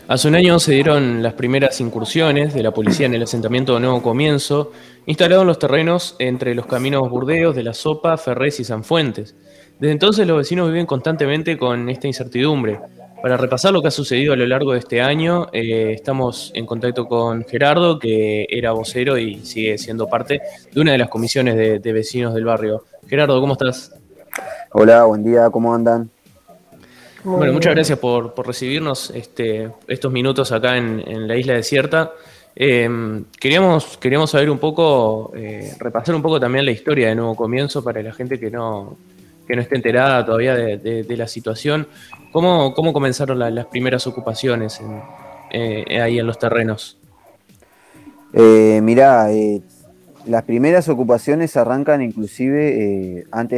Hace un año se dieron las primeras incursiones de la policía en el asentamiento de Nuevo Comienzo, instalado en los terrenos entre los caminos Burdeos, de la Sopa, Ferrés y Sanfuentes. Desde entonces los vecinos viven constantemente con esta incertidumbre. Para repasar lo que ha sucedido a lo largo de este año, estamos en contacto con Gerardo, que era vocero y sigue siendo parte de una de las comisiones de vecinos del barrio. Gerardo, ¿cómo estás? Hola, buen día, ¿cómo andan? Muy Bueno, muchas bien. gracias por recibirnos estos minutos acá en la isla desierta. Queríamos saber un poco, repasar un poco también la historia de Nuevo Comienzo para la gente que no esté enterada todavía de la situación. ¿Cómo comenzaron las primeras ocupaciones ahí en los terrenos? Mirá, las primeras ocupaciones arrancan inclusive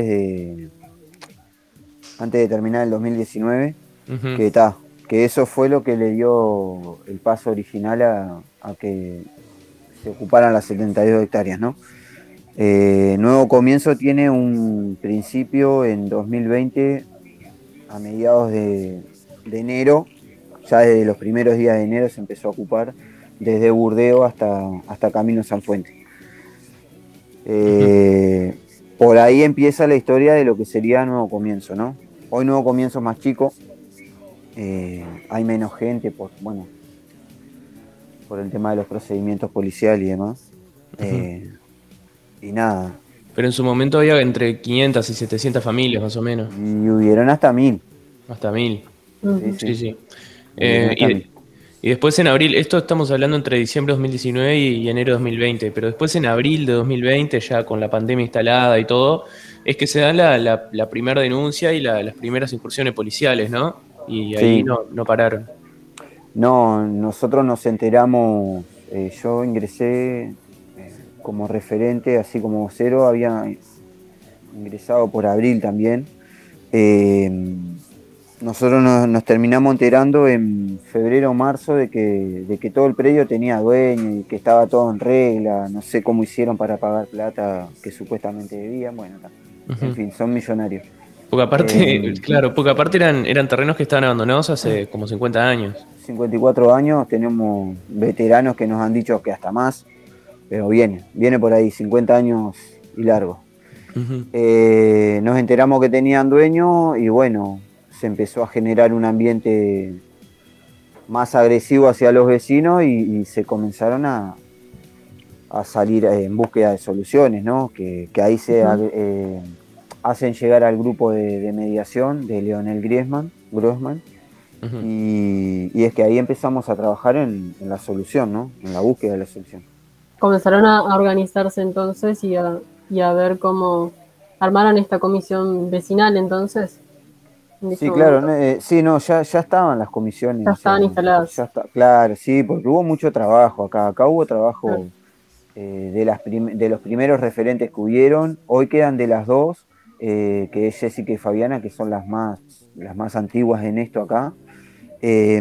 antes de terminar el 2019, Ujú, que eso fue lo que le dio el paso original a que se ocuparan las 72 hectáreas, ¿no? Nuevo Comienzo tiene un principio en 2020, a mediados de enero, ya desde los primeros días de enero se empezó a ocupar desde Burdeo hasta Camino Sanfuente. ujú. Eh, por ahí empieza la historia de lo que sería Nuevo Comienzo, ¿no? Hoy Nuevo Comienzo es más chico, hay menos gente por el tema de los procedimientos policiales y demás. Ujú. Eh, y nada, Pero en su momento había entre 500 y 700 familias, más o menos, y hubieron hasta 1000, hasta 1000. sí, Ujú. Sí, sí, sí. hubieron Eh, hasta y, 1000. y después en abril, esto estamos hablando entre diciembre de 2019 y enero de 2020, pero después en abril de 2020, ya con la pandemia instalada y todo, es que se da la primera denuncia y las primeras incursiones policiales, ¿no? Y ahí Sí, no pararon. no, nosotros nos enteramos, yo ingresé como referente, así como vocero, había ingresado por abril también. Eh, Nosotros nos terminamos enterando en febrero o marzo de que todo el predio tenía dueño y que estaba todo en regla. No sé cómo hicieron para pagar plata que supuestamente debían. Bueno, en Ujú. fin, son millonarios. Porque aparte, Eh, claro, porque aparte eran terrenos que estaban abandonados hace como 50 años. 54 años, tenemos veteranos que nos han dicho que hasta más, pero viene por ahí, 50 años y largo. Ujú. Nos enteramos que tenían dueño y bueno, se empezó a generar un ambiente más agresivo hacia los vecinos y se comenzaron a salir en búsqueda de soluciones, ¿no? Que ahí Ujú. hacen llegar al grupo de mediación de Leonel Grossman, Ujú. y es que ahí empezamos a trabajar en la solución, ¿no? En la búsqueda de la solución. Comenzaron a organizarse entonces y a ver cómo armaron esta comisión vecinal entonces, en ese Sí, claro, momento. no, sí, no, ya estaban las comisiones, Ya o sea, estaban instaladas. ya está, claro, sí, porque hubo mucho trabajo acá hubo Claro. trabajo de los primeros referentes que hubieron. Hoy quedan de las dos, que es Jessica y Fabiana, que son las más antiguas en esto acá, eh,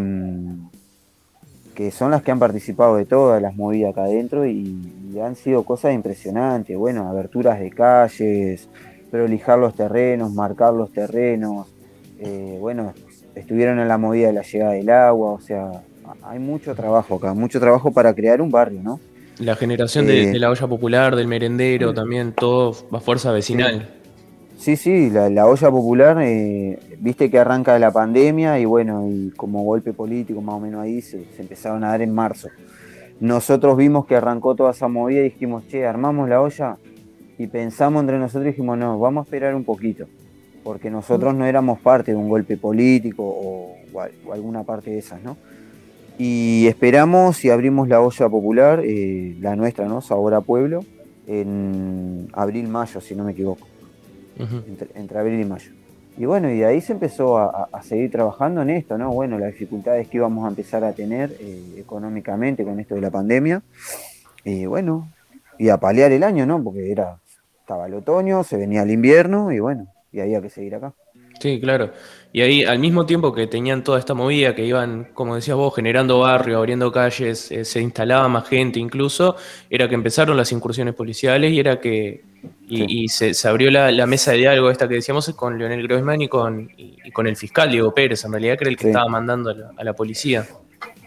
que son las que han participado de todas las movidas acá adentro y han sido cosas impresionantes. Bueno, aberturas de calles, prolijar los terrenos, marcar los terrenos. Bueno, estuvieron en la movida de la llegada del agua, o sea, hay mucho trabajo acá, mucho trabajo para crear un barrio, ¿no? La generación de Eh, la olla popular, del merendero, también todo a fuerza sí, vecinal. sí, sí, la olla popular, viste que arranca la pandemia y bueno, y como golpe político más o menos ahí se empezaron a dar en marzo. Nosotros vimos que arrancó toda esa movida y dijimos, che, armamos la olla y pensamos entre nosotros y dijimos, no, vamos a esperar un poquito, porque Mm. nosotros no éramos parte de un golpe político o alguna parte de esas, ¿no? Y esperamos y abrimos la olla popular, la nuestra, ¿no? Sabor a Pueblo, en abril-mayo, si no me equivoco, Ujú. entre abril y mayo. Y bueno, y de ahí se empezó a seguir trabajando en esto, ¿no? Bueno, las dificultades que íbamos a empezar a tener económicamente con esto de la pandemia, y bueno, y a paliar el año, ¿no? Porque estaba el otoño, se venía el invierno, y bueno, y había que seguir acá. Sí, claro. Y ahí, al mismo tiempo que tenían toda esta movida, que iban, como decías vos, generando barrio, abriendo calles, se instalaba más gente incluso, era que empezaron las incursiones policiales y era que Sí. se abrió la mesa de diálogo esta que decíamos con Leonel Grossman y con el fiscal Diego Pérez, en realidad que era el que Sí. estaba mandando a la policía.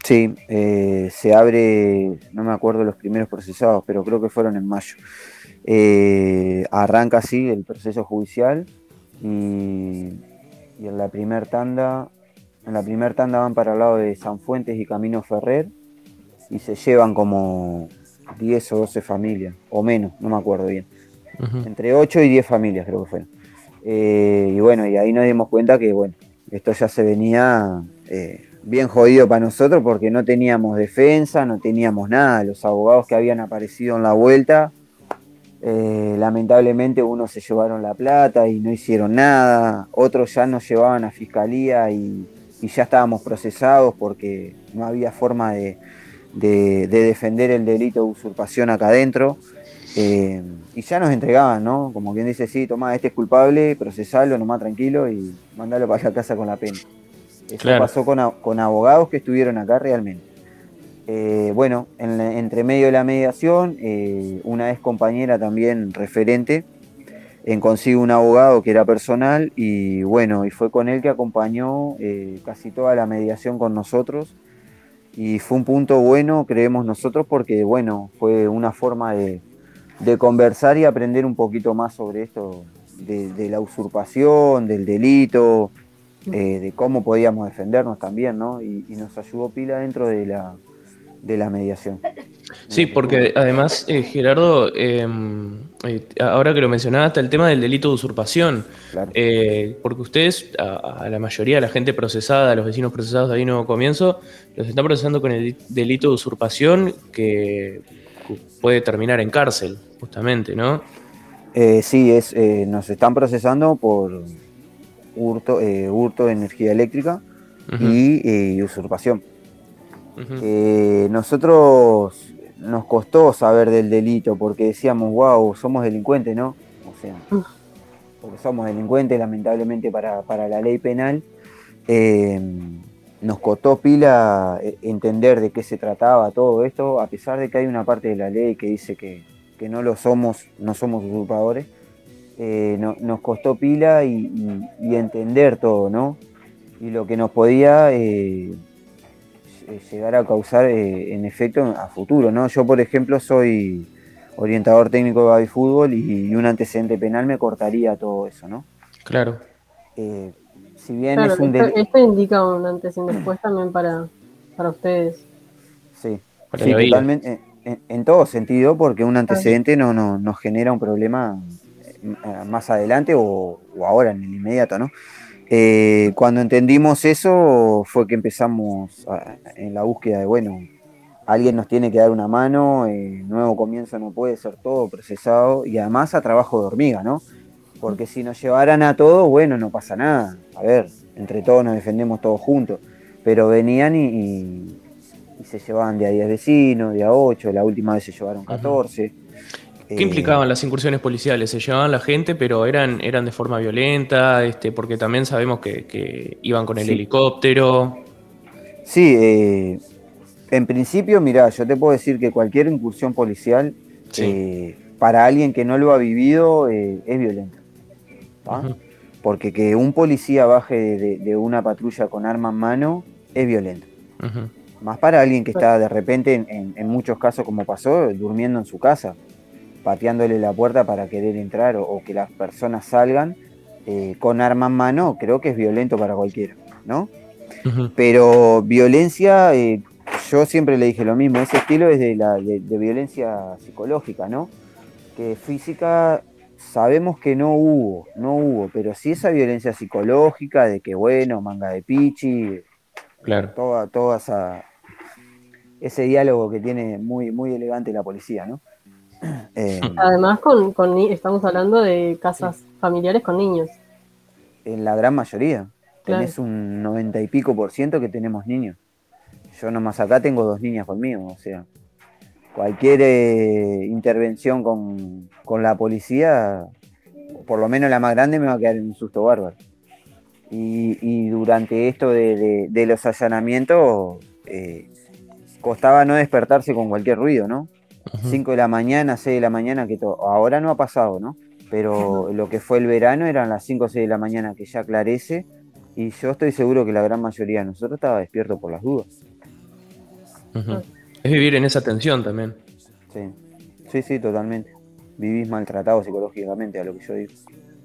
Sí, se abre, no me acuerdo los primeros procesados, pero creo que fueron en mayo. Arranca así el proceso judicial y, y en la primer tanda van para el lado de Sanfuentes y Camino Ferrer y se llevan como 10 o 12 familias, o menos, no me acuerdo bien. Ujú. Entre 8 y 10 familias creo que fueron. Y bueno, y ahí nos dimos cuenta que bueno, esto ya se venía bien jodido para nosotros porque no teníamos defensa, no teníamos nada. Los abogados que habían aparecido en la vuelta, lamentablemente unos se llevaron la plata y no hicieron nada, otros ya nos llevaban a fiscalía y ya estábamos procesados porque no había forma de defender el delito de usurpación acá adentro. Y ya nos entregaban, ¿no? Como quien dice, sí, tomá, este es culpable, procesalo nomás tranquilo y mandalo para la casa con la pena. Eso Claro. pasó con abogados que estuvieron acá realmente. Bueno, entre medio de la mediación, una ex compañera también referente, consigue un abogado que era personal y bueno, y fue con él que acompañó casi toda la mediación con nosotros y fue un punto bueno, creemos nosotros, porque bueno, fue una forma de conversar y aprender un poquito más sobre esto de la usurpación, del delito, de cómo podíamos defendernos también, ¿no? Y nos ayudó pila dentro de la mediación. En Sí, lo que estuvo. porque además, Gerardo, ahora que lo mencionaste, el tema del delito de usurpación, Claro. porque ustedes, a la mayoría de la gente procesada, a los vecinos procesados de ahí Nuevo Comienzo, los están procesando con el delito de usurpación que puede terminar en cárcel, justamente, ¿no? Sí, nos están procesando por hurto de energía eléctrica Ujú, y usurpación. ujú. Nosotros nos costó saber del delito porque decíamos, wow, somos delincuentes, ¿no? O sea, porque somos delincuentes, lamentablemente para la ley penal. Eh, Nos costó pila entender de qué se trataba todo esto, a pesar de que hay una parte de la ley que dice que no lo somos, no somos usurpadores. Nos costó pila y entender todo, ¿no? Y lo que nos podía llegar a causar en efecto a futuro, ¿no? Yo, por ejemplo, soy orientador técnico de baby fútbol y un antecedente penal me cortaría todo eso, ¿no? Claro, Eh, si bien Claro, es un delito, esto indica un antes y un después también para ustedes. sí, para sí, la vida. totalmente, en todo sentido, porque un Ah, antecedente no nos genera un problema más adelante o ahora en el inmediato, ¿no? Cuando entendimos eso fue que empezamos en la búsqueda de, bueno, alguien nos tiene que dar una mano, Nuevo Comienzo no puede ser todo procesado y además a trabajo de hormiga, ¿no? Porque si nos llevaran a todo, bueno, no pasa nada. A ver, entre todos nos defendemos todos juntos. Pero venían y se llevaban de a 10 vecinos, de a 8, la última vez se llevaron Ujú. 14. ¿Qué Eh, implicaban las incursiones policiales? ¿Se llevaban la gente, pero eran de forma violenta? Porque también sabemos que iban con el sí, helicóptero. sí, en principio, mirá, yo te puedo decir que cualquier incursión policial, Sí. para alguien que no lo ha vivido, es violenta. ¿Va? Ujú. Porque que un policía baje de una patrulla con arma en mano es violento. Ujú. Más para alguien que está de repente, en muchos casos como pasó, durmiendo en su casa, pateándole la puerta para querer entrar o que las personas salgan con arma en mano, creo que es violento para cualquiera, ¿no? Ujú. Pero violencia, yo siempre le dije lo mismo, ese estilo es de violencia psicológica, ¿no? Que física sabemos que no hubo, pero sí esa violencia psicológica de que bueno, manga de pichi, Claro. toda ese diálogo que tiene muy, muy elegante la policía, ¿no? además, estamos hablando de casas familiares con niños, En la gran mayoría, claro. tenés un 90 y pico por ciento que tenemos niños. Yo nomás acá tengo 2 niñas conmigo, o sea, cualquier intervención con la policía, por lo menos la más grande, me va a quedar en un susto bárbaro. Y durante esto de los allanamientos, costaba no despertarse con cualquier ruido, ¿no? Ujú. 5 de la mañana, 6 de la mañana, que todo. Ahora no ha pasado, ¿no? Pero lo que fue el verano eran las 5 o 6 de la mañana que ya aclarece y yo estoy seguro que la gran mayoría de nosotros estaba despierto por las dudas. Ujú. Es vivir en esa tensión también. Sí, totalmente. Vivís maltratado psicológicamente, a lo que yo digo.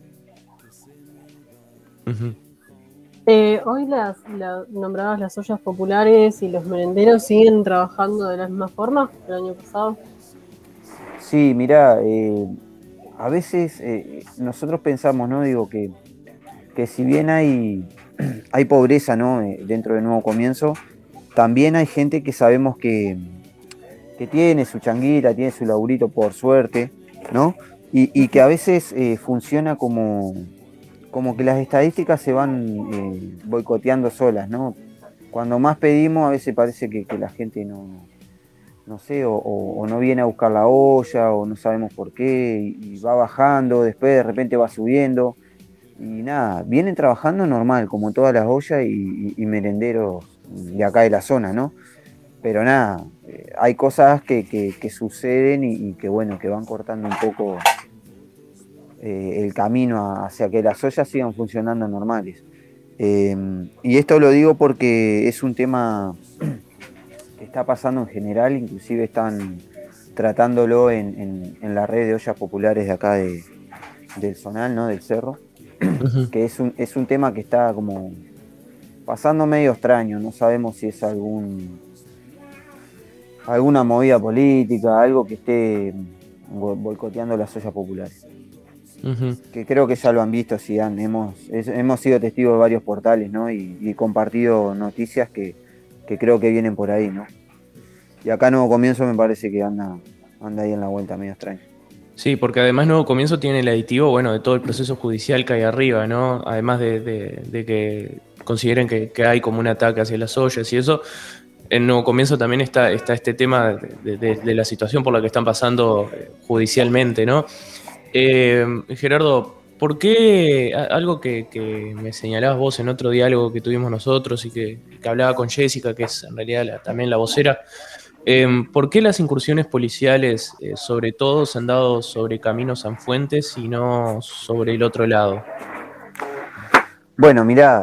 Ujú. Hoy nombrabas las ollas populares y los merenderos siguen trabajando de la misma forma que el año pasado. Sí, mirá, a veces nosotros pensamos, ¿no? Digo que si bien hay pobreza, ¿no? Dentro de Nuevo Comienzo, también hay gente que sabemos que tiene su changuita, tiene su laburito por suerte, ¿no? Y que a veces funciona como que las estadísticas se van boicoteando solas, ¿no? Cuando más pedimos, a veces parece que la gente no sé, o no viene a buscar la olla, o no sabemos por qué, y va bajando, después de repente va subiendo, y nada, vienen trabajando normal, como todas las ollas y merenderos de acá de la zona, ¿no? Pero nada, hay cosas que suceden y que bueno, que van cortando un poco el camino hacia que las ollas sigan funcionando normales. Y esto lo digo porque es un tema que está pasando en general, inclusive están tratándolo en la red de ollas populares de acá del Zonal, ¿no? Del Cerro, Ujú. que es un tema que está como pasando medio extraño, no sabemos si es alguna movida política, algo que esté boicoteando las ollas populares. Ujú. Que creo que ya lo han visto, si hemos sido testigos de varios portales, ¿no? Y compartido noticias que creo que vienen por ahí, ¿no? Y acá Nuevo Comienzo me parece que anda ahí en la vuelta, medio extraño. Sí, porque además Nuevo Comienzo tiene el aditivo, bueno, de todo el proceso judicial que hay arriba, ¿no? Además de que consideren que hay como un ataque hacia las ollas y eso, en Nuevo Comienzo también está este tema de la situación por la que están pasando judicialmente, ¿no? Gerardo, ¿por qué algo que me señalabas vos en otro diálogo que tuvimos nosotros y que hablaba con Jessica, que es en realidad también la vocera? ¿Por qué las incursiones policiales, sobre todo, se han dado sobre Camino Sanfuentes y no sobre el otro lado? Bueno, mirá,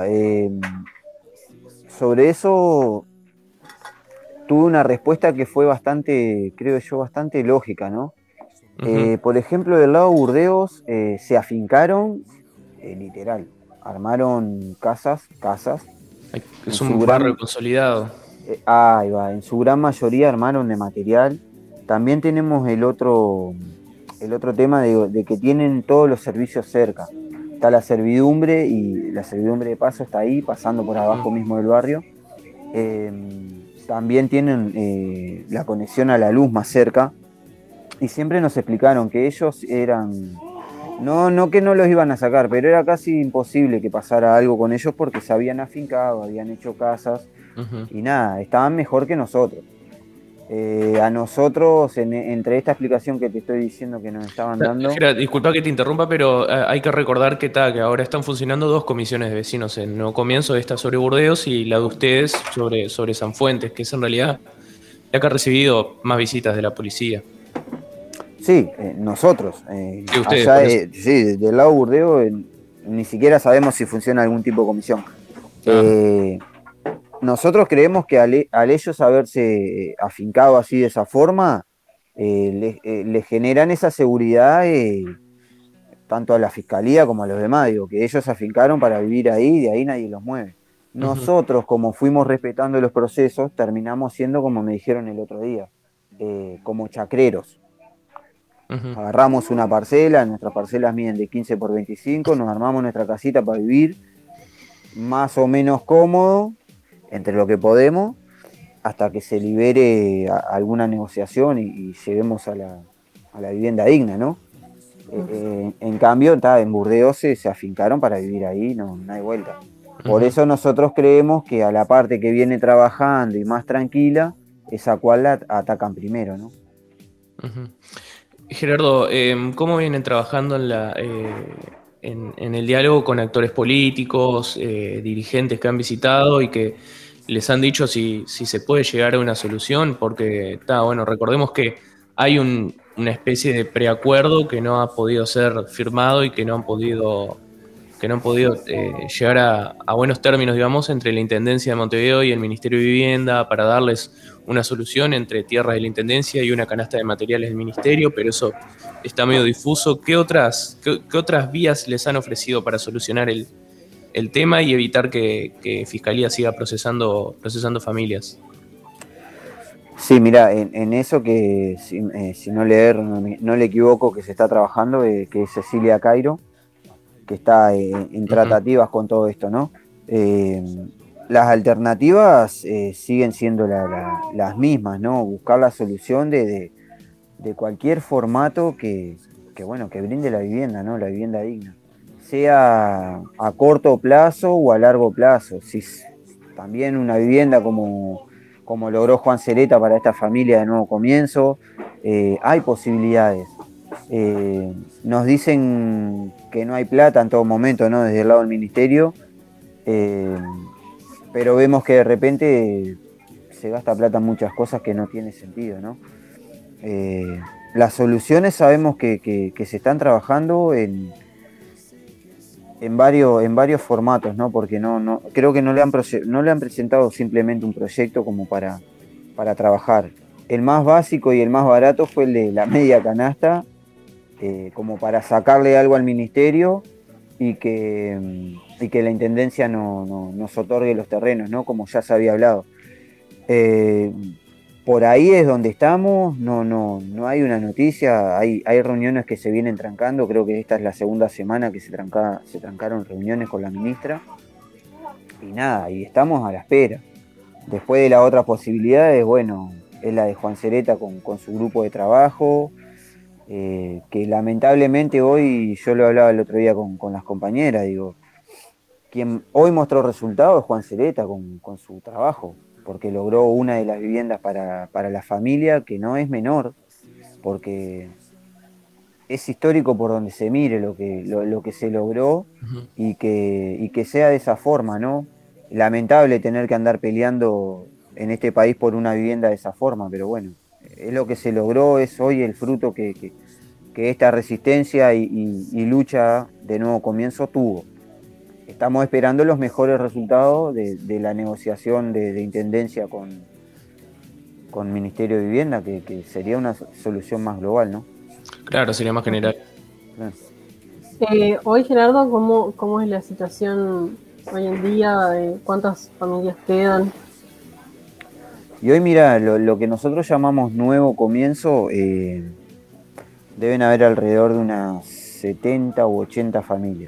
sobre eso tuve una respuesta que fue bastante, creo yo, bastante lógica, ¿no? Ujú. Por ejemplo, del lado Burdeos se afincaron, literal, armaron casas, en Es su un barrio gran, consolidado. ahí va, en su gran mayoría armaron de material. También tenemos el otro tema de que tienen todos los servicios cerca. Está la servidumbre y la servidumbre de paso está ahí, pasando por abajo Mm. mismo del barrio. También tienen la conexión a la luz más cerca. Y siempre nos explicaron que ellos eran, no que no los iban a sacar, pero era casi imposible que pasara algo con ellos porque se habían afincado, habían hecho casas Ujú. y nada, estaban mejor que nosotros. A nosotros, entre esta explicación que te estoy diciendo que nos estaban dando, Jera, disculpa que te interrumpa, pero hay que recordar que ahora están funcionando dos comisiones de vecinos. En Nuevo Comienzo, esta sobre Burdeos y la de ustedes sobre Sanfuentes, que es en realidad la que ha recibido más visitas de la policía. sí, nosotros, Sí, ustedes, allá, por eso. sí, del lado Burdeo, ni siquiera sabemos si funciona algún tipo de comisión. Ah, Eh, Nosotros creemos que al ellos haberse afincado así de esa forma, le generan esa seguridad tanto a la fiscalía como a los demás, digo, que ellos se afincaron para vivir ahí y de ahí nadie los mueve. ujú, Nosotros, como fuimos respetando los procesos, terminamos siendo, como me dijeron el otro día, como chacreros. ujú, Agarramos una parcela, nuestras parcelas miden de 15 por 25, nos armamos nuestra casita para vivir, más o menos cómodo, entre lo que podemos, hasta que se libere alguna negociación y lleguemos a la vivienda digna, ¿no? En cambio, en Burdeos se afincaron para vivir ahí, no hay vuelta. Por ujú, eso nosotros creemos que a la parte que viene trabajando y más tranquila, esa cual la atacan primero, ¿no? ujú. Gerardo, ¿cómo vienen trabajando en el diálogo con actores políticos, dirigentes que han visitado y que les han dicho si se puede llegar a una solución? Porque, bueno, recordemos que hay una especie de preacuerdo que no ha podido ser firmado y que que no han podido llegar a buenos términos, digamos, entre la Intendencia de Montevideo y el Ministerio de Vivienda para darles una solución entre tierras de la Intendencia y una canasta de materiales del Ministerio, pero eso está medio difuso. ¿Qué otras vías les han ofrecido para solucionar el tema y evitar que Fiscalía siga procesando familias? Sí, mira, en eso que, si no no le equivoco, que se está trabajando, que es Cecilia Cairo, que está en tratativas con todo esto, ¿no? Las alternativas siguen siendo las mismas, ¿no? Buscar la solución de cualquier formato que brinde la vivienda, ¿no? La vivienda digna. Sea a corto plazo o a largo plazo. Si también una vivienda como logró Juan Cereta para esta familia de Nuevo Comienzo, hay posibilidades. Nos dicen que no hay plata en todo momento, ¿no? Desde el lado del ministerio, pero vemos que de repente se gasta plata en muchas cosas que no tiene sentido, ¿no? Las soluciones sabemos que se están trabajando en varios formatos, ¿no? Porque no creo que no le han presentado simplemente un proyecto como para trabajar. El más básico y el más barato fue el de la media canasta, como para sacarle algo al ministerio y que la intendencia nos otorgue los terrenos, ¿no? Como ya se había hablado. Por ahí es donde estamos, no hay una noticia, hay reuniones que se vienen trancando, creo que esta es la segunda semana que se trancaron reuniones con la ministra, y nada, y estamos a la espera. Después de las otras posibilidades, bueno, es la de Juan Cereta con su grupo de trabajo, que lamentablemente hoy, yo lo hablaba el otro día con las compañeras, digo, quien hoy mostró resultados es Juan Cereta con su trabajo, porque logró una de las viviendas para la familia, que no es menor, porque es histórico por donde se mire lo que se logró, y que sea de esa forma, ¿no? Lamentable tener que andar peleando en este país por una vivienda de esa forma, pero bueno, es lo que se logró, es hoy el fruto que esta resistencia y lucha de Nuevo Comienzo tuvo. Estamos esperando los mejores resultados de la negociación de intendencia con Ministerio de Vivienda, que sería una solución más global, ¿no? Claro, sería más general. Hoy, Gerardo, ¿cómo es la situación hoy en día? ¿Cuántas familias quedan? Y hoy, mira, lo que nosotros llamamos Nuevo Comienzo, deben haber alrededor de unas 70 u 80 familias.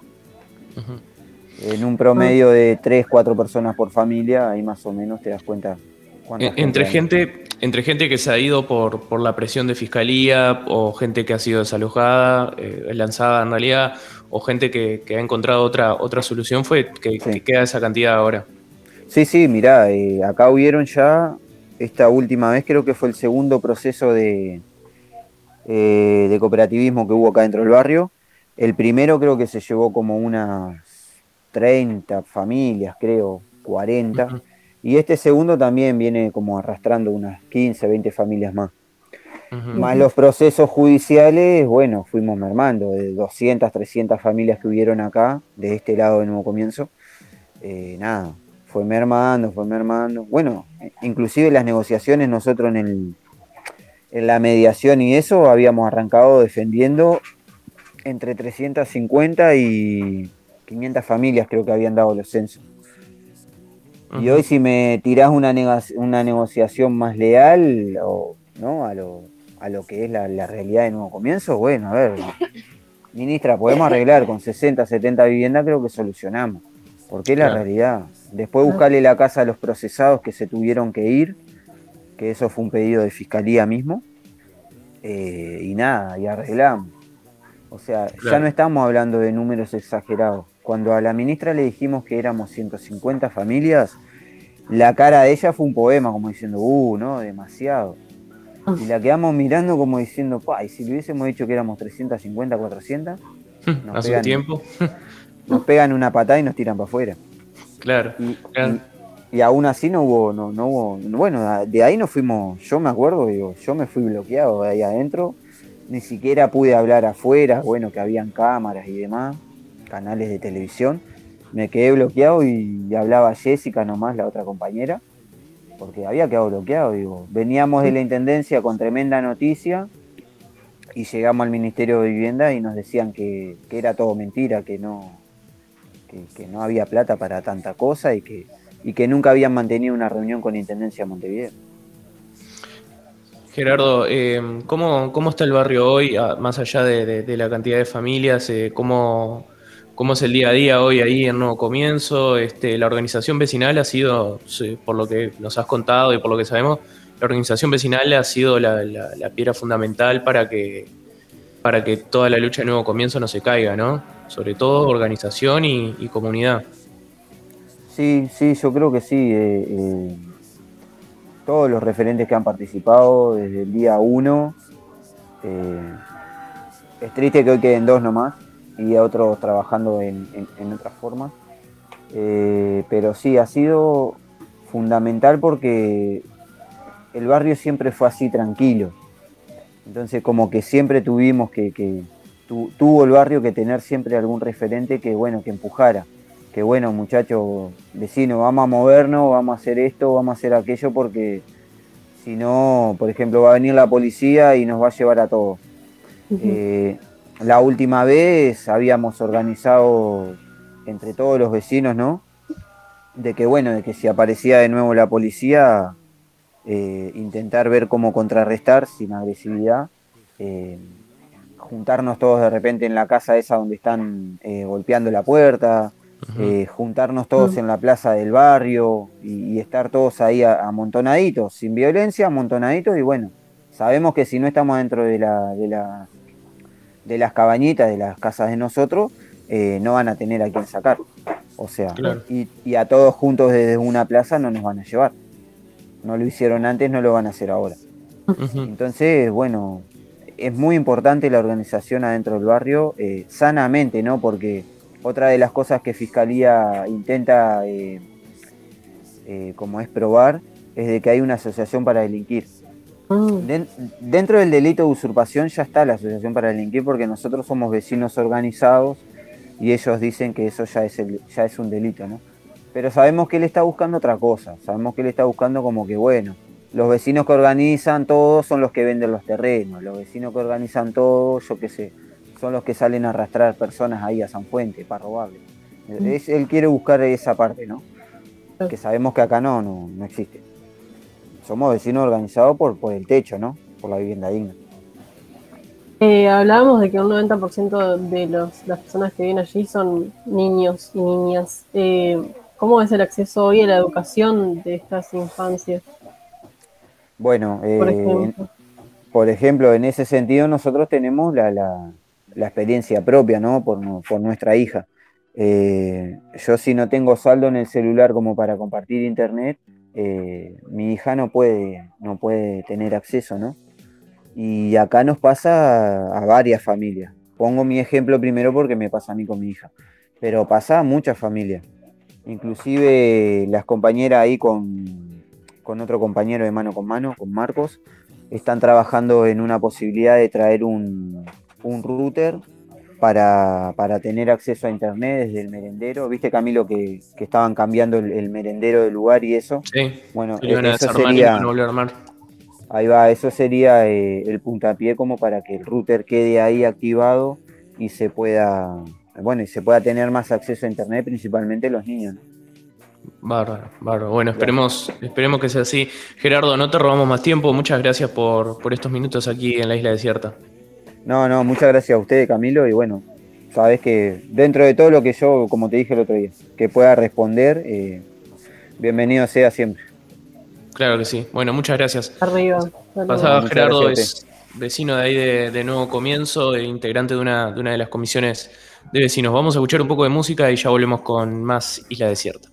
En un promedio de 3, 4 personas por familia, ahí más o menos te das cuenta. Entre gente que se ha ido por la presión de Fiscalía, o gente que ha sido desalojada, lanzada en realidad, o gente que ha encontrado otra solución, que queda esa cantidad ahora. Sí, mirá, acá hubieron ya, esta última vez creo que fue el segundo proceso de cooperativismo que hubo acá dentro del barrio. El primero creo que se llevó como unas 30 familias, creo, 40. Uh-huh. Y este segundo también viene como arrastrando unas 15, 20 familias más. Uh-huh. Más los procesos judiciales, bueno, fuimos mermando, de 200, 300 familias que hubieron acá, de este lado de Nuevo Comienzo. Nada, fue mermando. Bueno, inclusive las negociaciones, nosotros en la mediación y eso, habíamos arrancado defendiendo entre 350 y 500 familias, creo que habían dado los censos. Y hoy, si me tirás una negociación más leal, ¿no? a lo que es la realidad de Nuevo Comienzo, bueno, a ver, ministra, podemos arreglar con 60, 70 viviendas, creo que solucionamos, porque es la realidad. Después buscarle la casa a los procesados que se tuvieron que ir, que eso fue un pedido de Fiscalía mismo, y nada, y arreglamos. O sea, ya no estamos hablando de números exagerados. Cuando a la ministra le dijimos que éramos 150 familias, la cara de ella fue un poema, como diciendo, no, demasiado. Y la quedamos mirando como diciendo, y si le hubiésemos dicho que éramos 350, 400, nos pegan una patada y nos tiran para afuera. Claro. Y aún así no hubo, bueno, de ahí nos fuimos, yo me acuerdo, yo me fui bloqueado de ahí adentro, ni siquiera pude hablar afuera, bueno, que habían cámaras y demás. canales de televisión. Me quedé bloqueado y hablaba Jessica nomás, la otra compañera, porque había quedado bloqueado, digo. Veníamos de la Intendencia con tremenda noticia y llegamos al Ministerio de Vivienda y nos decían que era todo mentira, que no había plata para tanta cosa y que nunca habían mantenido una reunión con Intendencia de Montevideo. Gerardo, ¿cómo está el barrio hoy, más allá de la cantidad de familias? ¿Cómo es el día a día hoy ahí en Nuevo Comienzo? La organización vecinal ha sido, sí, por lo que nos has contado y por lo que sabemos, la organización vecinal ha sido la piedra fundamental para que toda la lucha de Nuevo Comienzo no se caiga, ¿no? Sobre todo organización y comunidad. Sí, yo creo que sí. Todos los referentes que han participado desde el día 1. Es triste que hoy queden 2 nomás y otros trabajando en otras formas. Pero sí, ha sido fundamental porque el barrio siempre fue así tranquilo. Entonces como que siempre tuvimos tuvo el barrio que tener siempre algún referente que empujara. Que bueno, muchachos, vecinos, vamos a movernos, vamos a hacer esto, vamos a hacer aquello, porque si no, por ejemplo, va a venir la policía y nos va a llevar a todos. Uh-huh. La última vez habíamos organizado entre todos los vecinos, ¿no? De que si aparecía de nuevo la policía, intentar ver cómo contrarrestar sin agresividad. Juntarnos todos de repente en la casa esa donde están golpeando la puerta. Juntarnos todos en la plaza del barrio y estar todos ahí amontonaditos, sin violencia, amontonaditos, y bueno, sabemos que si no estamos dentro de las cabañitas, de las casas de nosotros, no van a tener a quién sacar. O sea, claro. y a todos juntos desde una plaza no nos van a llevar. No lo hicieron antes, no lo van a hacer ahora. Entonces, bueno, es muy importante la organización adentro del barrio, sanamente, ¿no? Porque otra de las cosas que Fiscalía intenta, como es probar, es de que hay una asociación para delinquir. Dentro del delito de usurpación ya está la asociación para delinquir, porque nosotros somos vecinos organizados y ellos dicen que eso ya es un delito, ¿no? Pero sabemos que él está buscando otra cosa, sabemos que él está buscando como que, bueno, los vecinos que organizan todo son los que venden los terrenos, los vecinos que organizan todo, yo qué sé, son los que salen a arrastrar personas ahí a San Fuente para robarle. Él quiere buscar esa parte, ¿no? Que sabemos que acá no existe. Somos vecinos organizados por el techo, ¿no? Por la vivienda digna. Hablábamos de que un 90% de las personas que viven allí son niños y niñas. ¿Cómo es el acceso hoy a la educación de estas infancias? Bueno, por ejemplo, en ese sentido nosotros tenemos la experiencia propia, ¿no? Por nuestra hija. Yo si no tengo saldo en el celular como para compartir internet, mi hija no puede tener acceso, ¿no? Y acá nos pasa a varias familias. Pongo mi ejemplo primero porque me pasa a mí con mi hija, pero pasa a muchas familias. Inclusive las compañeras ahí con otro compañero de mano, con Marcos, están trabajando en una posibilidad de traer un router para tener acceso a internet desde el merendero. ¿Viste, Camilo, que estaban cambiando el merendero del lugar y eso? Sí, bueno, eso sería, ahí va, eso sería el puntapié como para que el router quede ahí activado y se pueda tener más acceso a internet, principalmente los niños, ¿no? Bárbaro. Bueno, esperemos que sea así. Gerardo, no te robamos más tiempo. Muchas gracias por estos minutos aquí en la Isla Desierta. No, muchas gracias a ustedes, Camilo, y bueno, sabes que dentro de todo lo que yo, como te dije el otro día, que pueda responder, bienvenido sea siempre. Claro que sí. Bueno, muchas gracias. Arriba. Pasaba Gerardo, es vecino de ahí de Nuevo Comienzo, e integrante de una de las comisiones de vecinos. Vamos a escuchar un poco de música y ya volvemos con más Isla Desierta.